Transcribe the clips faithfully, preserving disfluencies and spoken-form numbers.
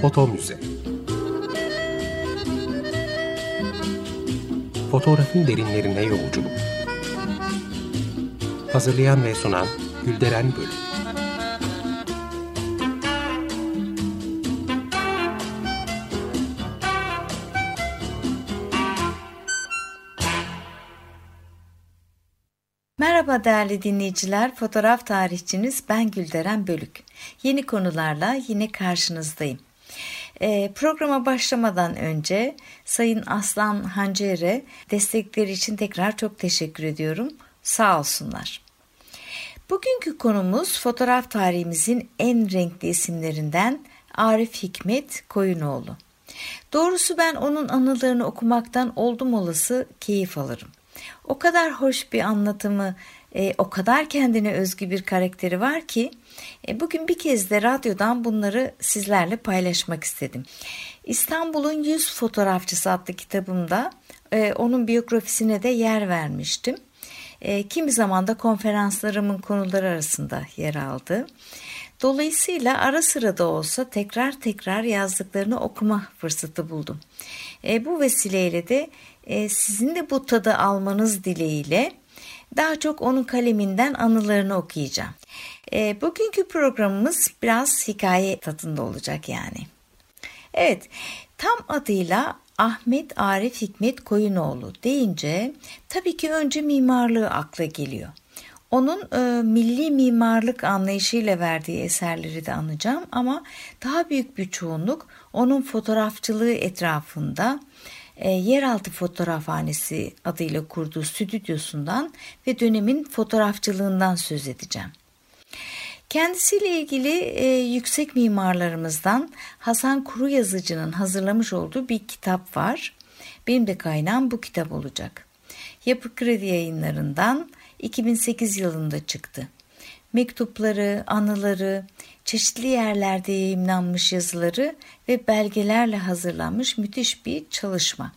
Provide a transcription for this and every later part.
Foto Müze. Fotoğrafın derinlerine yolculuk. Hazırlayan ve sunan Gülderen Bölük. Merhaba değerli dinleyiciler, fotoğraf tarihçiniz ben Gülderen Bölük. Yeni konularla yine karşınızdayım. E, programa başlamadan önce Sayın Aslan Hancer'e destekleri için tekrar çok teşekkür ediyorum. Sağ olsunlar. Bugünkü konumuz fotoğraf tarihimizin en renkli isimlerinden Arif Hikmet Koyunoğlu. Doğrusu ben onun anılarını okumaktan oldum olası keyif alırım. O kadar hoş bir anlatımı, e, o kadar kendine özgü bir karakteri var ki e, bugün bir kez de radyodan bunları sizlerle paylaşmak istedim. İstanbul'un Yüz Fotoğrafçısı adlı kitabımda e, onun biyografisine de yer vermiştim. E, kimi zaman da konferanslarımın konuları arasında yer aldı. Dolayısıyla ara sıra da olsa tekrar tekrar yazdıklarını okuma fırsatı buldum. E, bu vesileyle de e, sizin de bu tadı almanız dileğiyle daha çok onun kaleminden anılarını okuyacağım. E, bugünkü programımız biraz hikaye tadında olacak yani. Evet, tam adıyla Ahmet Arif Hikmet Koyunoğlu deyince tabii ki önce mimarlığı akla geliyor. Onun e, milli mimarlık anlayışıyla verdiği eserleri de anacağım ama daha büyük bir çoğunluk onun fotoğrafçılığı etrafında e, Yeraltı Fotoğrafhanesi adıyla kurduğu stüdyosundan ve dönemin fotoğrafçılığından söz edeceğim. Kendisiyle ilgili e, yüksek mimarlarımızdan Hasan Kuruyazıcı'nın hazırlamış olduğu bir kitap var. Benim de kaynağım bu kitap olacak. Yapı Kredi Yayınları'ndan iki bin sekiz yılında çıktı. Mektupları, anıları, çeşitli yerlerde yayımlanmış yazıları ve belgelerle hazırlanmış müthiş bir çalışma.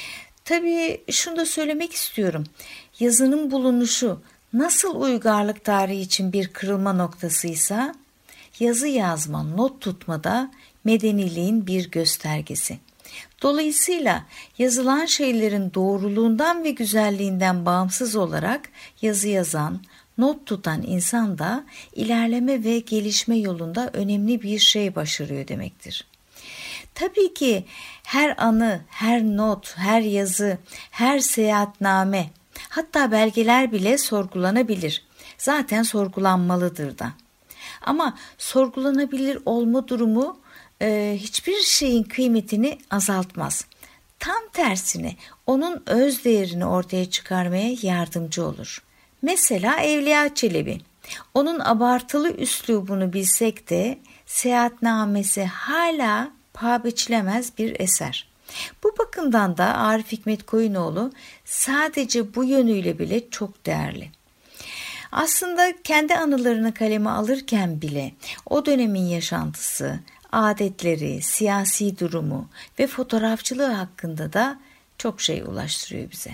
Tabii şunu da söylemek istiyorum. Yazının bulunuşu nasıl uygarlık tarihi için bir kırılma noktasıysa, yazı yazma, not tutmada medeniliğin bir göstergesi. Dolayısıyla yazılan şeylerin doğruluğundan ve güzelliğinden bağımsız olarak yazı yazan, not tutan insan da ilerleme ve gelişme yolunda önemli bir şey başarıyor demektir. Tabii ki her anı, her not, her yazı, her seyahatname, hatta belgeler bile sorgulanabilir. Zaten sorgulanmalıdır da. Ama sorgulanabilir olma durumu e, hiçbir şeyin kıymetini azaltmaz. Tam tersine onun öz değerini ortaya çıkarmaya yardımcı olur. Mesela Evliya Çelebi. Onun abartılı üslubunu bilsek de seyahatnamesi hala paha biçilemez bir eser. Bu bakımdan da Arif Hikmet Koyunoğlu sadece bu yönüyle bile çok değerli. Aslında kendi anılarını kaleme alırken bile o dönemin yaşantısı, adetleri, siyasi durumu ve fotoğrafçılığı hakkında da çok şey ulaştırıyor bize.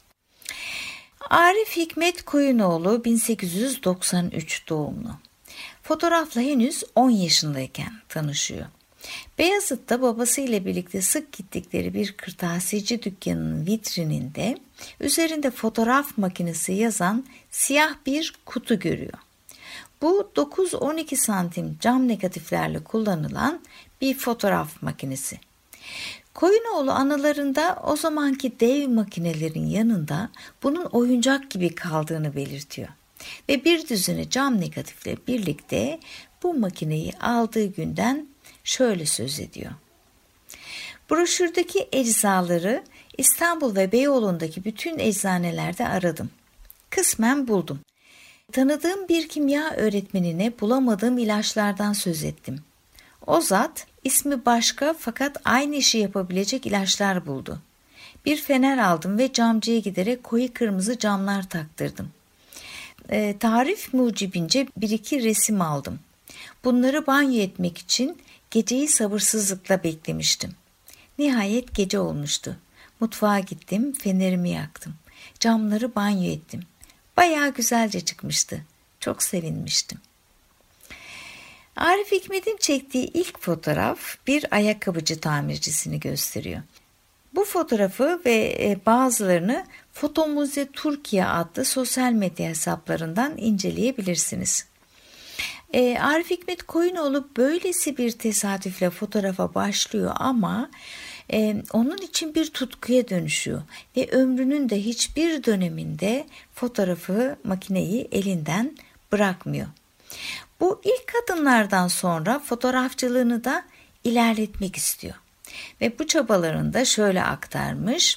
Arif Hikmet Koyunoğlu bin sekiz yüz doksan üç doğumlu. Fotoğrafla henüz on yaşındayken tanışıyor. Beyazıt'ta babasıyla birlikte sık gittikleri bir kırtasiyeci dükkanının vitrininde üzerinde fotoğraf makinesi yazan siyah bir kutu görüyor. Bu dokuz on iki santim cam negatiflerle kullanılan bir fotoğraf makinesi. Koyunoğlu anılarında o zamanki dev makinelerin yanında bunun oyuncak gibi kaldığını belirtiyor. Ve bir düzine cam negatifle birlikte bu makineyi aldığı günden şöyle söz ediyor. Broşürdeki eczaları İstanbul ve Beyoğlu'ndaki bütün eczanelerde aradım. Kısmen buldum. Tanıdığım bir kimya öğretmenine bulamadığım ilaçlardan söz ettim. O zat ismi başka fakat aynı işi yapabilecek ilaçlar buldu. Bir fener aldım ve camcıya giderek koyu kırmızı camlar taktırdım. E, tarif mucibince bir iki resim aldım. Bunları banyo etmek için geceyi sabırsızlıkla beklemiştim. Nihayet gece olmuştu. Mutfağa gittim, fenerimi yaktım. Camları banyo ettim. Bayağı güzelce çıkmıştı. Çok sevinmiştim. Arif Hikmet'in çektiği ilk fotoğraf bir ayakkabıcı tamircisini gösteriyor. Bu fotoğrafı ve bazılarını Foto Muze Türkiye adlı sosyal medya hesaplarından inceleyebilirsiniz. E, Arif Hikmet Koyunoğlu böylesi bir tesadüfle fotoğrafa başlıyor ama e, onun için bir tutkuya dönüşüyor ve ömrünün de hiçbir döneminde fotoğrafı, makineyi elinden bırakmıyor. Bu ilk adımlardan sonra fotoğrafçılığını da ilerletmek istiyor ve bu çabalarını da şöyle aktarmış.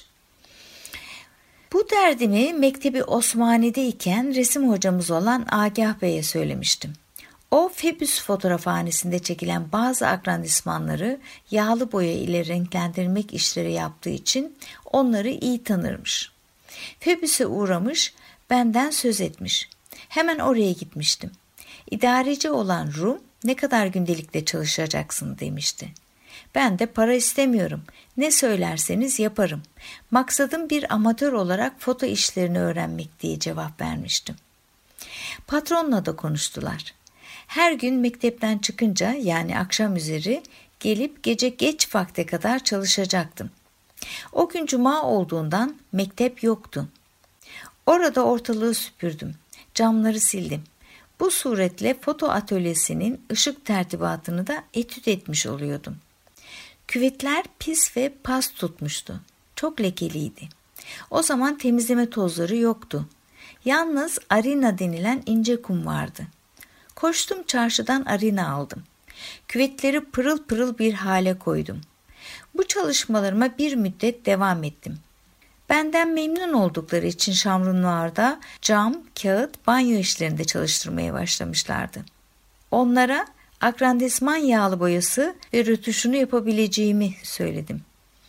Bu derdimi Mektebi Osmani'de iken resim hocamız olan Agah Bey'e söylemiştim. O Febüs fotoğrafhanesinde çekilen bazı agrandismanları yağlı boya ile renklendirmek işleri yaptığı için onları iyi tanırmış. Febüs'e uğramış, benden söz etmiş. Hemen oraya gitmiştim. İdareci olan Rum, ne kadar gündelikte çalışacaksın demişti. Ben de para istemiyorum. Ne söylerseniz yaparım. Maksadım bir amatör olarak foto işlerini öğrenmek diye cevap vermiştim. Patronla da konuştular. Her gün mektepten çıkınca yani akşam üzeri gelip gece geç vakte kadar çalışacaktım. O gün cuma olduğundan mektep yoktu. Orada ortalığı süpürdüm. Camları sildim. Bu suretle foto atölyesinin ışık tertibatını da etüt etmiş oluyordum. Küvetler pis ve pas tutmuştu. Çok lekeliydi. O zaman temizleme tozları yoktu. Yalnız arina denilen ince kum vardı. Koştum çarşıdan arina aldım. Küvetleri pırıl pırıl bir hale koydum. Bu çalışmalarıma bir müddet devam ettim. Benden memnun oldukları için Şamrunvar'da cam, kağıt, banyo işlerinde çalıştırmaya başlamışlardı. Onlara agrandisman yağlı boyası ve rötuşunu yapabileceğimi söyledim.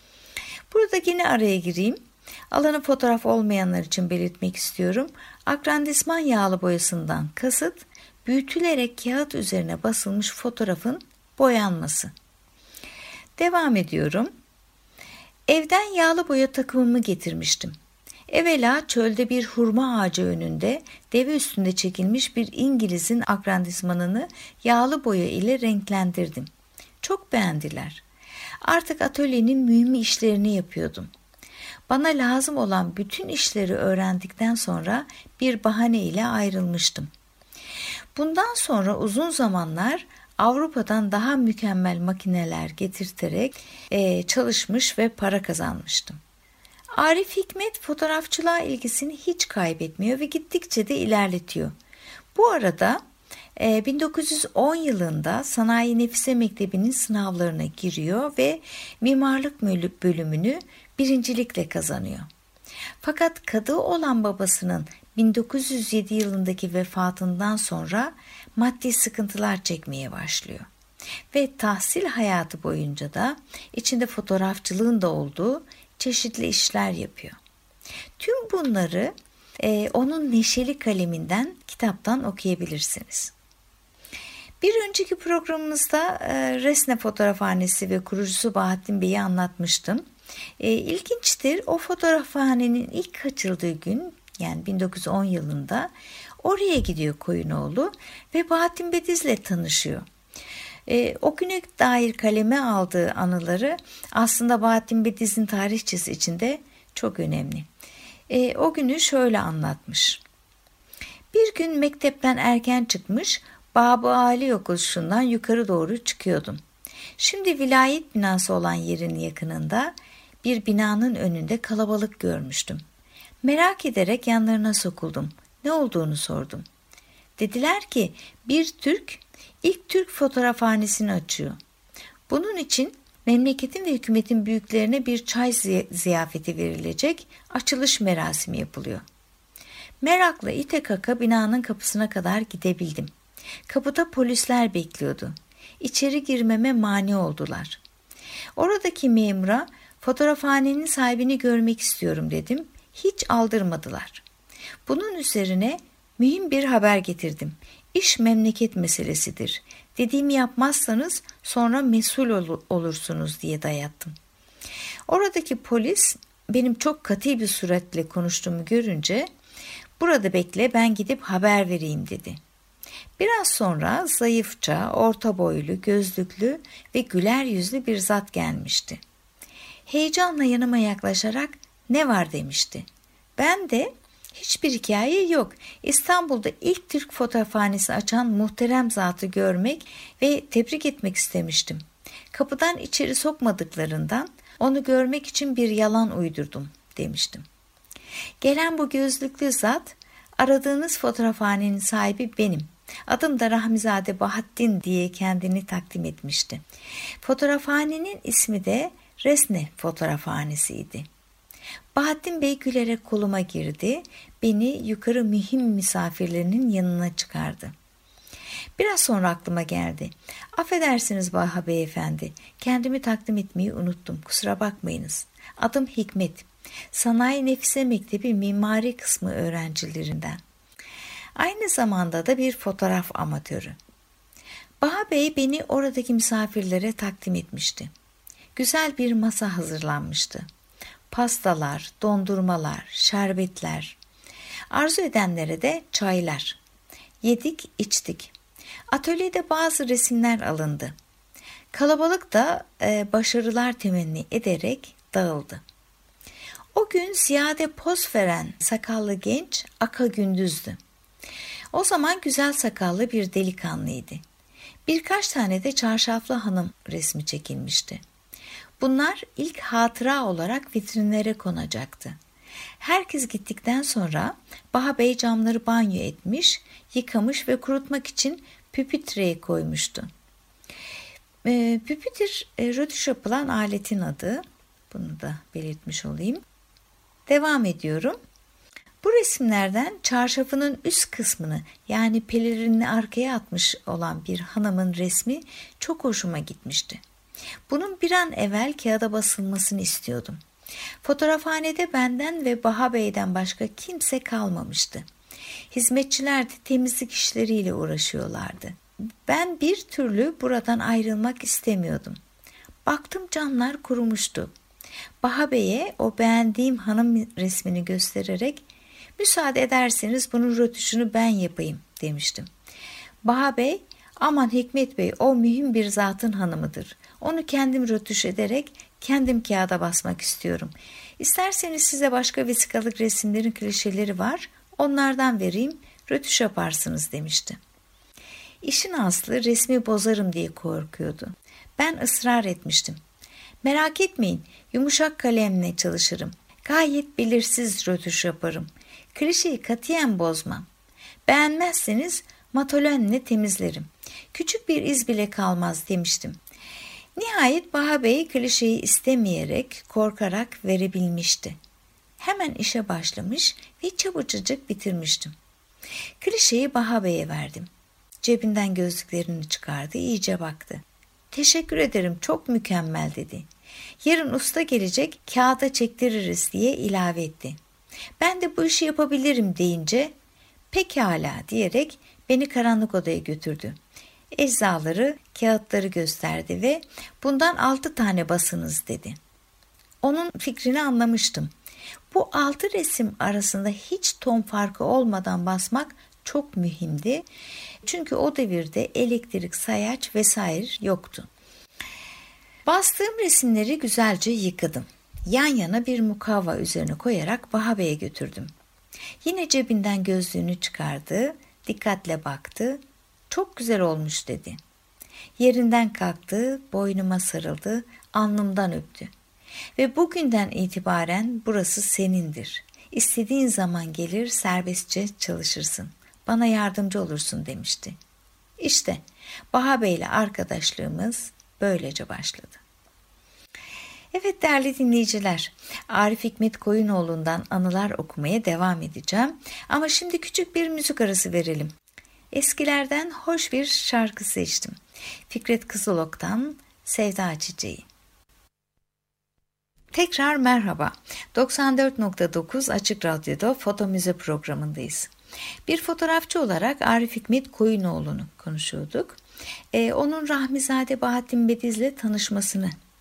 Burada yine araya gireyim. Alanı fotoğraf olmayanlar için belirtmek istiyorum. Agrandisman yağlı boyasından kasıt, büyütülerek kağıt üzerine basılmış fotoğrafın boyanması. Devam ediyorum. Evden yağlı boya takımımı getirmiştim. Evvela çölde bir hurma ağacı önünde deve üstünde çekilmiş bir İngiliz'in agrandismanını yağlı boya ile renklendirdim. Çok beğendiler. Artık atölyenin mühim işlerini yapıyordum. Bana lazım olan bütün işleri öğrendikten sonra bir bahane ile ayrılmıştım. Bundan sonra uzun zamanlar Avrupa'dan daha mükemmel makineler getirterek e, çalışmış ve para kazanmıştım. Arif Hikmet fotoğrafçılığa ilgisini hiç kaybetmiyor ve gittikçe de ilerletiyor. Bu arada e, bin dokuz yüz on yılında Sanayi Nefise Mektebi'nin sınavlarına giriyor ve mimarlık bölümünü birincilikle kazanıyor. Fakat kadı olan babasının bin dokuz yüz yedi yılındaki vefatından sonra maddi sıkıntılar çekmeye başlıyor. Ve tahsil hayatı boyunca da içinde fotoğrafçılığın da olduğu çeşitli işler yapıyor. Tüm bunları e, onun neşeli kaleminden, kitaptan okuyabilirsiniz. Bir önceki programımızda e, Resne Fotoğrafhanesi ve kurucusu Bahattin Bey'i anlatmıştım. E, ilginçtir, o fotoğrafhanenin ilk açıldığı gün, yani bin dokuz yüz on yılında oraya gidiyor Koyunoğlu ve Bahattin Bediz'le tanışıyor. E, o güne dair kaleme aldığı anıları aslında Bahattin Bediz'in tarihçesi için de çok önemli. E, o günü şöyle anlatmış. Bir gün mektepten erken çıkmış, Babı Ali yokuşundan yukarı doğru çıkıyordum. Şimdi vilayet binası olan yerin yakınında bir binanın önünde kalabalık görmüştüm. Merak ederek yanlarına sokuldum. Ne olduğunu sordum. Dediler ki bir Türk ilk Türk fotoğrafhanesini açıyor. Bunun için memleketin ve hükümetin büyüklerine bir çay ziyafeti verilecek, açılış merasimi yapılıyor. Merakla ite kaka binanın kapısına kadar gidebildim. Kapıda polisler bekliyordu. İçeri girmeme mani oldular. Oradaki memura fotoğrafhanenin sahibini görmek istiyorum dedim. Hiç aldırmadılar. Bunun üzerine mühim bir haber getirdim. İş memleket meselesidir. Dediğimi yapmazsanız sonra mesul ol- olursunuz diye dayattım. Oradaki polis benim çok katı bir suretle konuştuğumu görünce burada bekle ben gidip haber vereyim dedi. Biraz sonra zayıfça, orta boylu, gözlüklü ve güler yüzlü bir zat gelmişti. Heyecanla yanıma yaklaşarak "Ne var?" demişti. Ben de "Hiçbir hikaye yok. İstanbul'da ilk Türk fotoğrafhanesi açan muhterem zatı görmek ve tebrik etmek istemiştim. Kapıdan içeri sokmadıklarından onu görmek için bir yalan uydurdum" demiştim. Gelen bu gözlüklü zat, "Aradığınız fotoğrafhanenin sahibi benim. Adım da Rahmizade Bahattin" diye kendini takdim etmişti. Fotoğrafhanenin ismi de Resne Fotoğrafhanesi'ydi. Bahattin Bey gülerek koluma girdi, beni yukarı mühim misafirlerinin yanına çıkardı. Biraz sonra aklıma geldi. "Affedersiniz Baha Beyefendi, kendimi takdim etmeyi unuttum, kusura bakmayınız. Adım Hikmet, Sanayi Nefise Mektebi Mimari Kısmı öğrencilerinden. Aynı zamanda da bir fotoğraf amatörü." Baha Bey beni oradaki misafirlere takdim etmişti. Güzel bir masa hazırlanmıştı. Pastalar, dondurmalar, şerbetler. Arzu edenlere de çaylar. Yedik, içtik. Atölyede bazı resimler alındı. Kalabalık da e, başarılar temenni ederek dağıldı. O gün ziyade poz veren sakallı genç Aka Gündüz'dü. O zaman güzel sakallı bir delikanlıydı. Birkaç tane de çarşaflı hanım resmi çekilmişti. Bunlar ilk hatıra olarak vitrinlere konacaktı. Herkes gittikten sonra Baha Bey camları banyo etmiş, yıkamış ve kurutmak için püpitreye koymuştu. E, püpitir e, rötuş yapılan aletin adı. Bunu da belirtmiş olayım. Devam ediyorum. Bu resimlerden çarşafının üst kısmını, yani pelerinini arkaya atmış olan bir hanımın resmi çok hoşuma gitmişti. Bunun bir an evvel kağıda basılmasını istiyordum. Fotoğrafhanede benden ve Baha Bey'den başka kimse kalmamıştı. Hizmetçiler de temizlik işleriyle uğraşıyorlardı. Ben bir türlü buradan ayrılmak istemiyordum. Baktım camlar kurumuştu. Baha Bey'e o beğendiğim hanım resmini göstererek "Müsaade ederseniz bunun rötuşunu ben yapayım" demiştim. Baha Bey, "Aman Hikmet Bey, o mühim bir zatın hanımıdır. Onu kendim rötuş ederek kendim kağıda basmak istiyorum. İsterseniz size başka vesikalık resimlerin klişeleri var, onlardan vereyim, rötuş yaparsınız" demişti. İşin aslı resmi bozarım diye korkuyordu. Ben ısrar etmiştim. "Merak etmeyin, yumuşak kalemle çalışırım. Gayet belirsiz rötuş yaparım. Klişeyi katiyen bozmam. Beğenmezseniz matolenle temizlerim. Küçük bir iz bile kalmaz" demiştim. Nihayet Baha Bey klişeyi istemeyerek, korkarak verebilmişti. Hemen işe başlamış ve çabucacık bitirmiştim. Klişeyi Baha Bey'e verdim. Cebinden gözlüklerini çıkardı, iyice baktı. "Teşekkür ederim, çok mükemmel" dedi. "Yarın usta gelecek, kağıda çektiririz" diye ilave etti. Ben de "Bu işi yapabilirim" deyince "Pekala" diyerek beni karanlık odaya götürdü. Eczaları, kağıtları gösterdi ve "Bundan altı tane basınız" dedi. Onun fikrini anlamıştım. Bu altı resim arasında hiç ton farkı olmadan basmak çok mühimdi. Çünkü o devirde elektrik, sayaç vesaire yoktu. Bastığım resimleri güzelce yıkadım. Yan yana bir mukavva üzerine koyarak Baha Bey'e götürdüm. Yine cebinden gözlüğünü çıkardı, dikkatle baktı. "Çok güzel olmuş" dedi. Yerinden kalktı, boynuma sarıldı, alnımdan öptü. "Ve bugünden itibaren burası senindir. İstediğin zaman gelir, serbestçe çalışırsın. Bana yardımcı olursun" demişti. İşte Baha Bey'le arkadaşlığımız böylece başladı. Evet değerli dinleyiciler, Arif Hikmet Koyunoğlu'ndan anılar okumaya devam edeceğim. Ama şimdi küçük bir müzik arası verelim. Eskilerden hoş bir şarkı seçtim. Fikret Kızılok'tan Sevda Çiçeği. Tekrar merhaba. doksan dört nokta dokuz Açık Radyo'da Foto Müze programındayız. Bir fotoğrafçı olarak Arif Hikmet Koyunoğlu'nu konuşuyorduk. Ee, onun Rahmizade Bahattin Bediz'le tanışmasını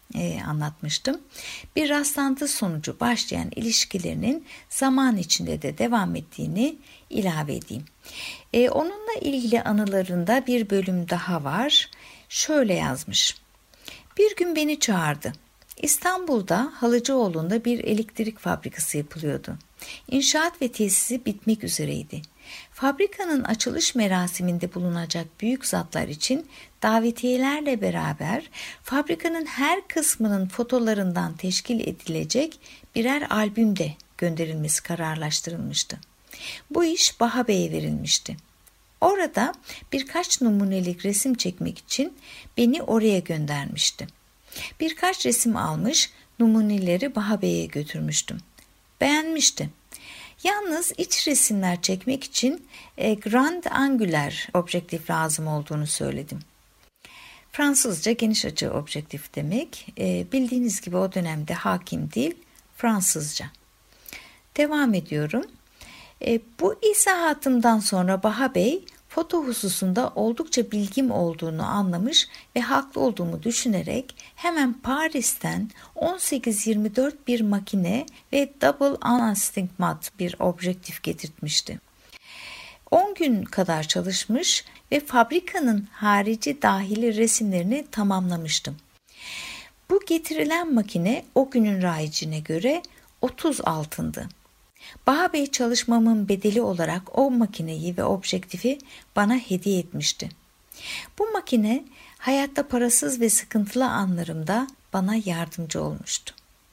e, anlatmıştım. Bir rastlantı sonucu başlayan ilişkilerinin zaman içinde de devam ettiğini ilave edeyim. E, onunla ilgili anılarında bir bölüm daha var. Şöyle yazmış. Bir gün beni çağırdı. İstanbul'da Halıcıoğlu'nda bir elektrik fabrikası yapılıyordu. İnşaat ve tesisi bitmek üzereydi. Fabrikanın açılış merasiminde bulunacak büyük zatlar için davetiyelerle beraber fabrikanın her kısmının fotolarından teşkil edilecek birer albüm de gönderilmesi kararlaştırılmıştı. Bu iş Baha Bey'e verilmişti. Orada birkaç numunelik resim çekmek için beni oraya göndermişti. Birkaç resim almış, numuneleri Baha Bey'e götürmüştüm. Beğenmişti. Yalnız iç resimler çekmek için e, Grand Angular objektif lazım olduğunu söyledim. Fransızca geniş açı objektif demek. E, bildiğiniz gibi o dönemde hakim değil, Fransızca. Devam ediyorum. E, bu izahatımdan sonra Baha Bey foto hususunda oldukça bilgim olduğunu anlamış ve haklı olduğumu düşünerek hemen Paris'ten on sekiz yirmi dört bir makine ve double anastigmat bir objektif getirtmişti. on gün kadar çalışmış ve fabrikanın harici dahili resimlerini tamamlamıştım. Bu getirilen makine o günün rayicine göre otuz altındı. Baha Bey çalışmamın bedeli olarak o makineyi ve objektifi bana hediye etmişti. Bu makine hayatta parasız ve sıkıntılı anlarımda bana yardımcı olmuştu.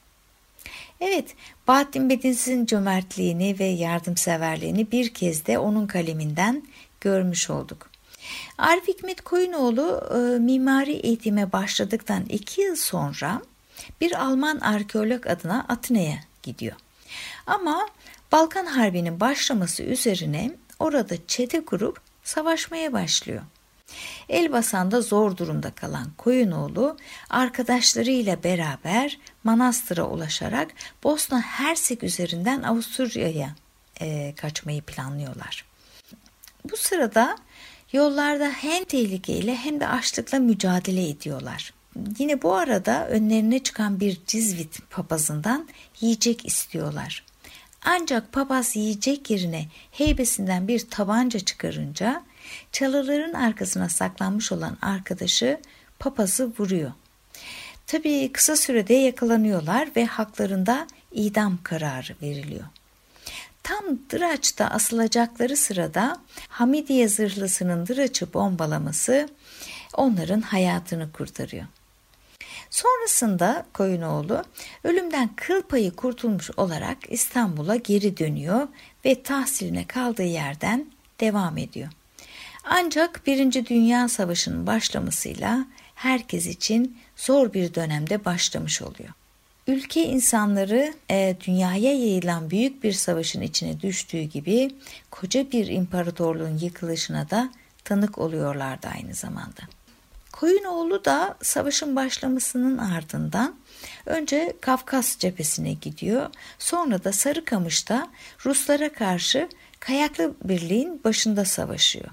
Evet, Bahattin Bediz'in cömertliğini ve yardımseverliğini bir kez de onun kaleminden görmüş olduk. Arif Hikmet Koyunoğlu e, mimari eğitime başladıktan iki yıl sonra bir Alman arkeolog adına Atina'ya gidiyor. Ama Balkan Harbi'nin başlaması üzerine orada çete kurup savaşmaya başlıyor. Elbasan'da zor durumda kalan Koyunoğlu arkadaşlarıyla beraber Manastır'a ulaşarak Bosna Hersek üzerinden Avusturya'ya e, kaçmayı planlıyorlar. Bu sırada yollarda hem tehlikeyle hem de açlıkla mücadele ediyorlar. Yine bu arada önlerine çıkan bir Cizvit papazından yiyecek istiyorlar. Ancak papaz yiyecek yerine heybesinden bir tabanca çıkarınca çalıların arkasına saklanmış olan arkadaşı papazı vuruyor. Tabii kısa sürede yakalanıyorlar ve haklarında idam kararı veriliyor. Tam Dıraç'ta asılacakları sırada Hamidiye zırhlısının Dıraç'ı bombalaması onların hayatını kurtarıyor. Sonrasında Koyunoğlu ölümden kıl payı kurtulmuş olarak İstanbul'a geri dönüyor ve tahsiline kaldığı yerden devam ediyor. Ancak Birinci Dünya Savaşı'nın başlamasıyla herkes için zor bir dönemde başlamış oluyor. Ülke insanları e, dünyaya yayılan büyük bir savaşın içine düştüğü gibi koca bir imparatorluğun yıkılışına da tanık oluyorlardı aynı zamanda. Koyunoğlu da savaşın başlamasının ardından önce Kafkas cephesine gidiyor, sonra da Sarıkamış'ta Ruslara karşı Kayaklı Birliğin başında savaşıyor.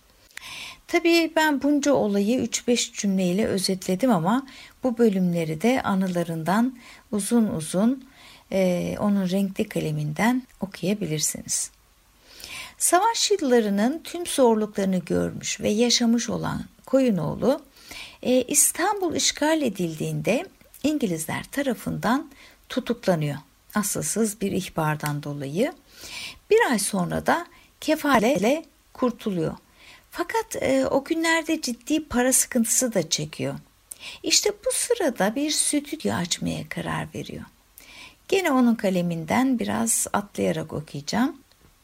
Tabii ben bunca olayı üç beş cümleyle özetledim ama bu bölümleri de anılarından uzun uzun e, onun renkli kaleminden okuyabilirsiniz. Savaş yıllarının tüm zorluklarını görmüş ve yaşamış olan Koyunoğlu e, İstanbul işgal edildiğinde İngilizler tarafından tutuklanıyor. Asılsız bir ihbardan dolayı. Bir ay sonra da kefaletle kurtuluyor. Fakat e, o günlerde ciddi para sıkıntısı da çekiyor. İşte bu sırada bir stüdyo açmaya karar veriyor. Gene onun kaleminden biraz atlayarak okuyacağım.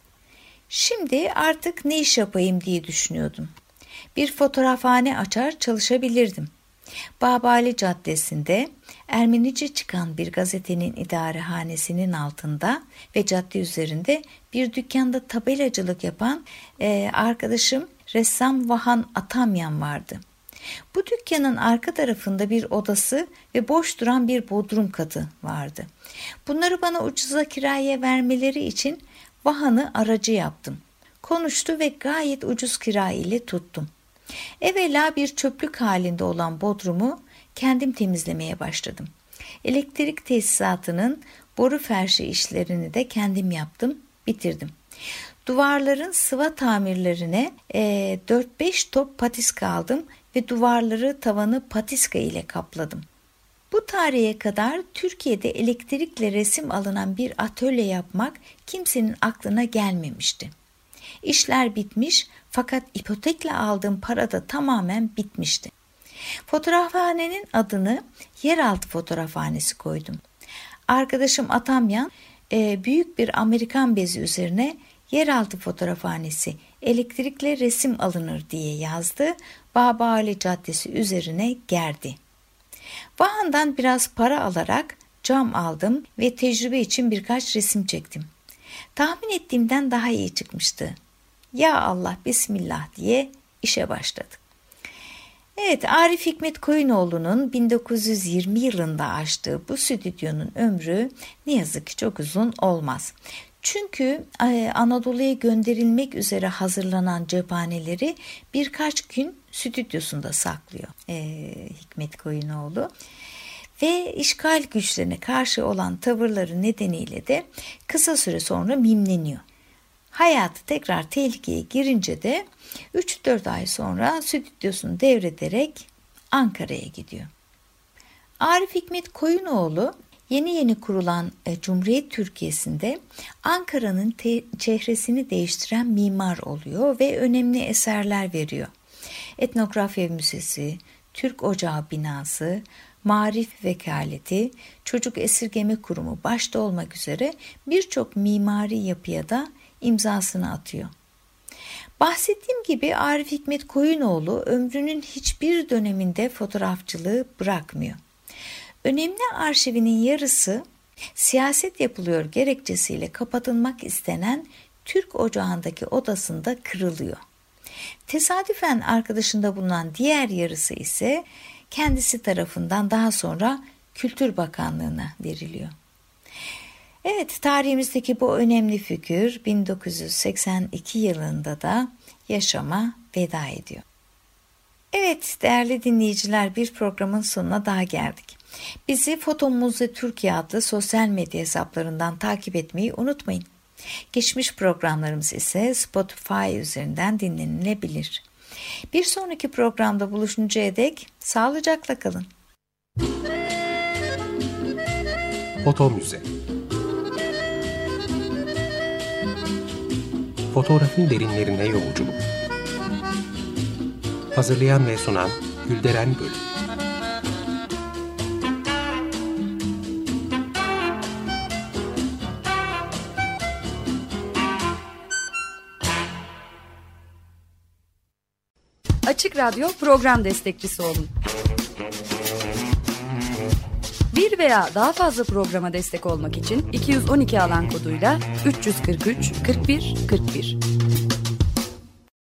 Şimdi artık ne iş yapayım diye düşünüyordum. Bir fotoğrafhane açar çalışabilirdim. Babali Caddesi'nde Ermenice çıkan bir gazetenin idarehanesinin altında ve cadde üzerinde bir dükkanda tabelacılık yapan e, arkadaşım ressam Vahan Atamyan vardı. Bu dükkanın arka tarafında bir odası ve boş duran bir bodrum katı vardı. Bunları bana ucuza kiraya vermeleri için Vahan'ı aracı yaptım. Konuştu ve gayet ucuz kira ile tuttum. Evvela bir çöplük halinde olan bodrumu kendim temizlemeye başladım. Elektrik tesisatının boru ferşi işlerini de kendim yaptım, bitirdim. Duvarların sıva tamirlerine e, dört beş top patiska aldım ve duvarları, tavanı patiska ile kapladım. Bu tarihe kadar Türkiye'de elektrikle resim alınan bir atölye yapmak kimsenin aklına gelmemişti. İşler bitmiş fakat ipotekle aldığım para da tamamen bitmişti. Fotoğrafhanenin adını Yeraltı Fotoğrafhanesi koydum. Arkadaşım Atamyan e, büyük bir Amerikan bezi üzerine Yeraltı Fotoğrafhanesi elektrikle resim alınır diye yazdı. Babali Caddesi üzerine gerdi. Vahan'dan biraz para alarak cam aldım ve tecrübe için birkaç resim çektim. Tahmin ettiğimden daha iyi çıkmıştı. Ya Allah bismillah diye işe başladık. Evet, Arif Hikmet Koyunoğlu'nun bin dokuz yüz yirmi yılında açtığı bu stüdyonun ömrü ne yazık ki çok uzun olmaz. Çünkü Anadolu'ya gönderilmek üzere hazırlanan cephaneleri birkaç gün stüdyosunda saklıyor ee, Hikmet Koyunoğlu. Ve işgal güçlerine karşı olan tavırları nedeniyle de kısa süre sonra mimleniyor. Hayatı tekrar tehlikeye girince de üç dört ay sonra stüdyosunu devrederek Ankara'ya gidiyor. Arif Hikmet Koyunoğlu yeni yeni kurulan e, Cumhuriyet Türkiye'sinde Ankara'nın te- çehresini değiştiren mimar oluyor ve önemli eserler veriyor. Etnografya Müzesi, Türk Ocağı binası, Marif Vekaleti, Çocuk Esirgeme Kurumu başta olmak üzere birçok mimari yapıya da imzasını atıyor. Bahsettiğim gibi Arif Hikmet Koyunoğlu ömrünün hiçbir döneminde fotoğrafçılığı bırakmıyor. Önemli arşivinin yarısı siyaset yapılıyor gerekçesiyle kapatılmak istenen Türk Ocağı'ndaki odasında kırılıyor. Tesadüfen arkadaşında bulunan diğer yarısı ise kendisi tarafından daha sonra Kültür Bakanlığı'na veriliyor. Evet, tarihimizdeki bu önemli figür bin dokuz yüz seksen iki yılında da yaşama veda ediyor. Evet değerli dinleyiciler, bir programın sonuna daha geldik. Bizi Foto Muze Türkiye adlı sosyal medya hesaplarından takip etmeyi unutmayın. Geçmiş programlarımız ise Spotify üzerinden dinlenilebilir. Bir sonraki programda buluşuncaya dek sağlıcakla kalın. Foto Müze. Fotoğrafın derinlerine yolculuk. Hazırlayan ve sunan Gülderen Bölük. Açık Radyo program destekçisi olun. Bir veya daha fazla programa destek olmak için iki yüz on iki alan koduyla üç yüz kırk üç kırk bir kırk bir